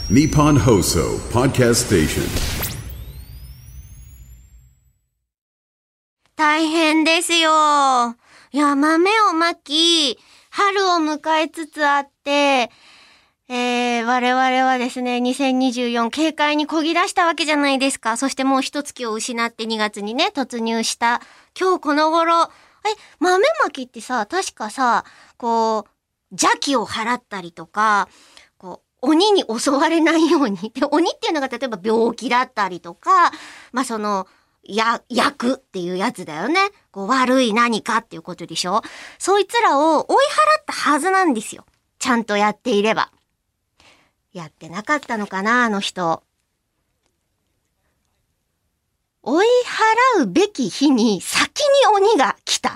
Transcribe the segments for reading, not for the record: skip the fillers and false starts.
Nippon Hoso Podcast Station。 大変ですよ。いや、豆をまき、春を迎えつつあって、我々はですね、2024軽快にこぎ出したわけじゃないですか。そしてもう一月を失って2月にね、突入した今日この頃、豆まきってさ、確かさ、こう、邪気を払ったりとか、こう、鬼に襲われないように。で、鬼っていうのが例えば病気だったりとか、役っていうやつだよね。こう、悪い何かっていうことでしょ。そいつらを追い払ったはずなんですよ。ちゃんとやっていれば。やってなかったのかな、あの人。追い払うべき日に先に鬼が来た。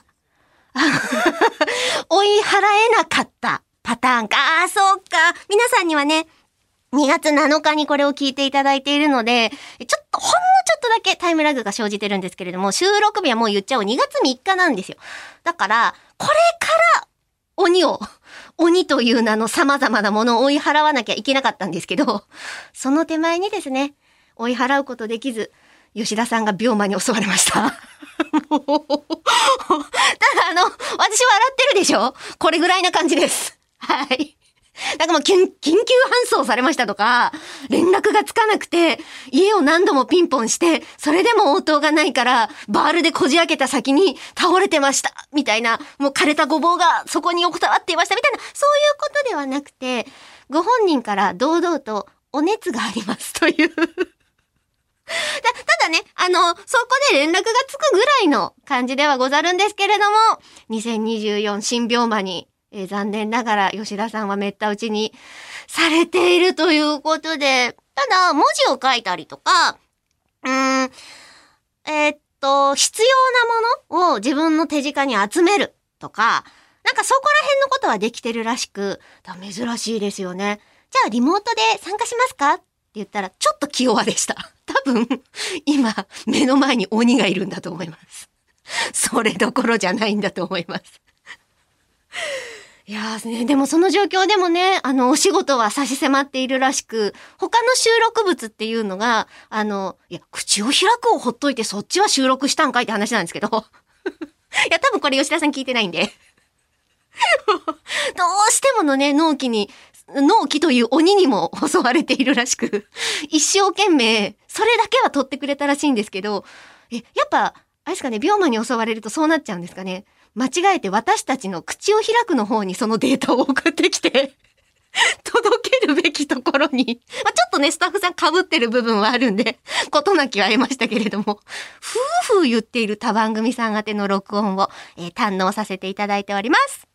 追い払えなかったパターンか。そうか。皆さんにはね、2月7日にこれを聞いていただいているので、ほんのちょっとだけタイムラグが生じてるんですけれども、収録日はもう言っちゃおう。2月3日なんですよ。だから、これから鬼という名の様々なものを追い払わなきゃいけなかったんですけど、その手前にですね、追い払うことできず、吉田さんが病魔に襲われました。ただ私笑ってるでしょ？これぐらいな感じです。はい。だからもう緊急搬送されましたとか、連絡がつかなくて、家を何度もピンポンして、それでも応答がないから、バールでこじ開けた先に倒れてました、みたいな、もう枯れたごぼうがそこに横たわっていました、みたいな、そういうことではなくて、ご本人から堂々とお熱がありますという。ただね、そこで連絡がつくぐらいの感じではござるんですけれども、2024新病魔に、残念ながら吉田さんはめった打ちにされているということで、ただ文字を書いたりとか、必要なものを自分の手近に集めるとか、なんかそこら辺のことはできてるらしく、珍しいですよね。じゃあリモートで参加しますかって言ったらちょっと気弱でした。多分今目の前に鬼がいるんだと思います。それどころじゃないんだと思います。いやーね、でもその状況でもね、お仕事は差し迫っているらしく、他の収録物っていうのが、口を開くをほっといてそっちは収録したんかいって話なんですけど。いや、多分これ吉田さん聞いてないんで。どうしてものね、納期という鬼にも襲われているらしく、一生懸命、それだけは取ってくれたらしいんですけど、やっぱ、あれですかね、病魔に襲われるとそうなっちゃうんですかね。間違えて私たちの口を開くの方にそのデータを送ってきて届けるべきところに、ちょっとねスタッフさん被ってる部分はあるんで事なきは得ましたけれども、夫婦言っている他番組さん宛ての録音を、堪能させていただいております。